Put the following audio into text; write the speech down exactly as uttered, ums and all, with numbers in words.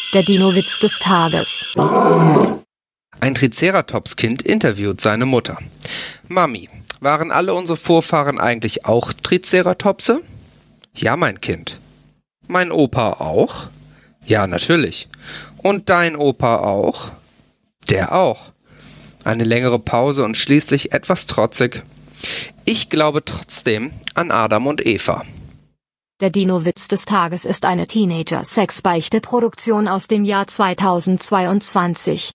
Der Dino-Witz des Tages. Ein Triceratops-Kind interviewt seine Mutter. Mami, waren alle unsere Vorfahren eigentlich auch Triceratopse? Ja, mein Kind. Mein Opa auch? Ja, natürlich. Und dein Opa auch? Der auch. Eine längere Pause und schließlich etwas trotzig. Ich glaube trotzdem an Adam und Eva. Der Dino-Witz des Tages ist eine Teenager-Sex-Beichte-Produktion aus dem Jahr zweitausendzweiundzwanzig.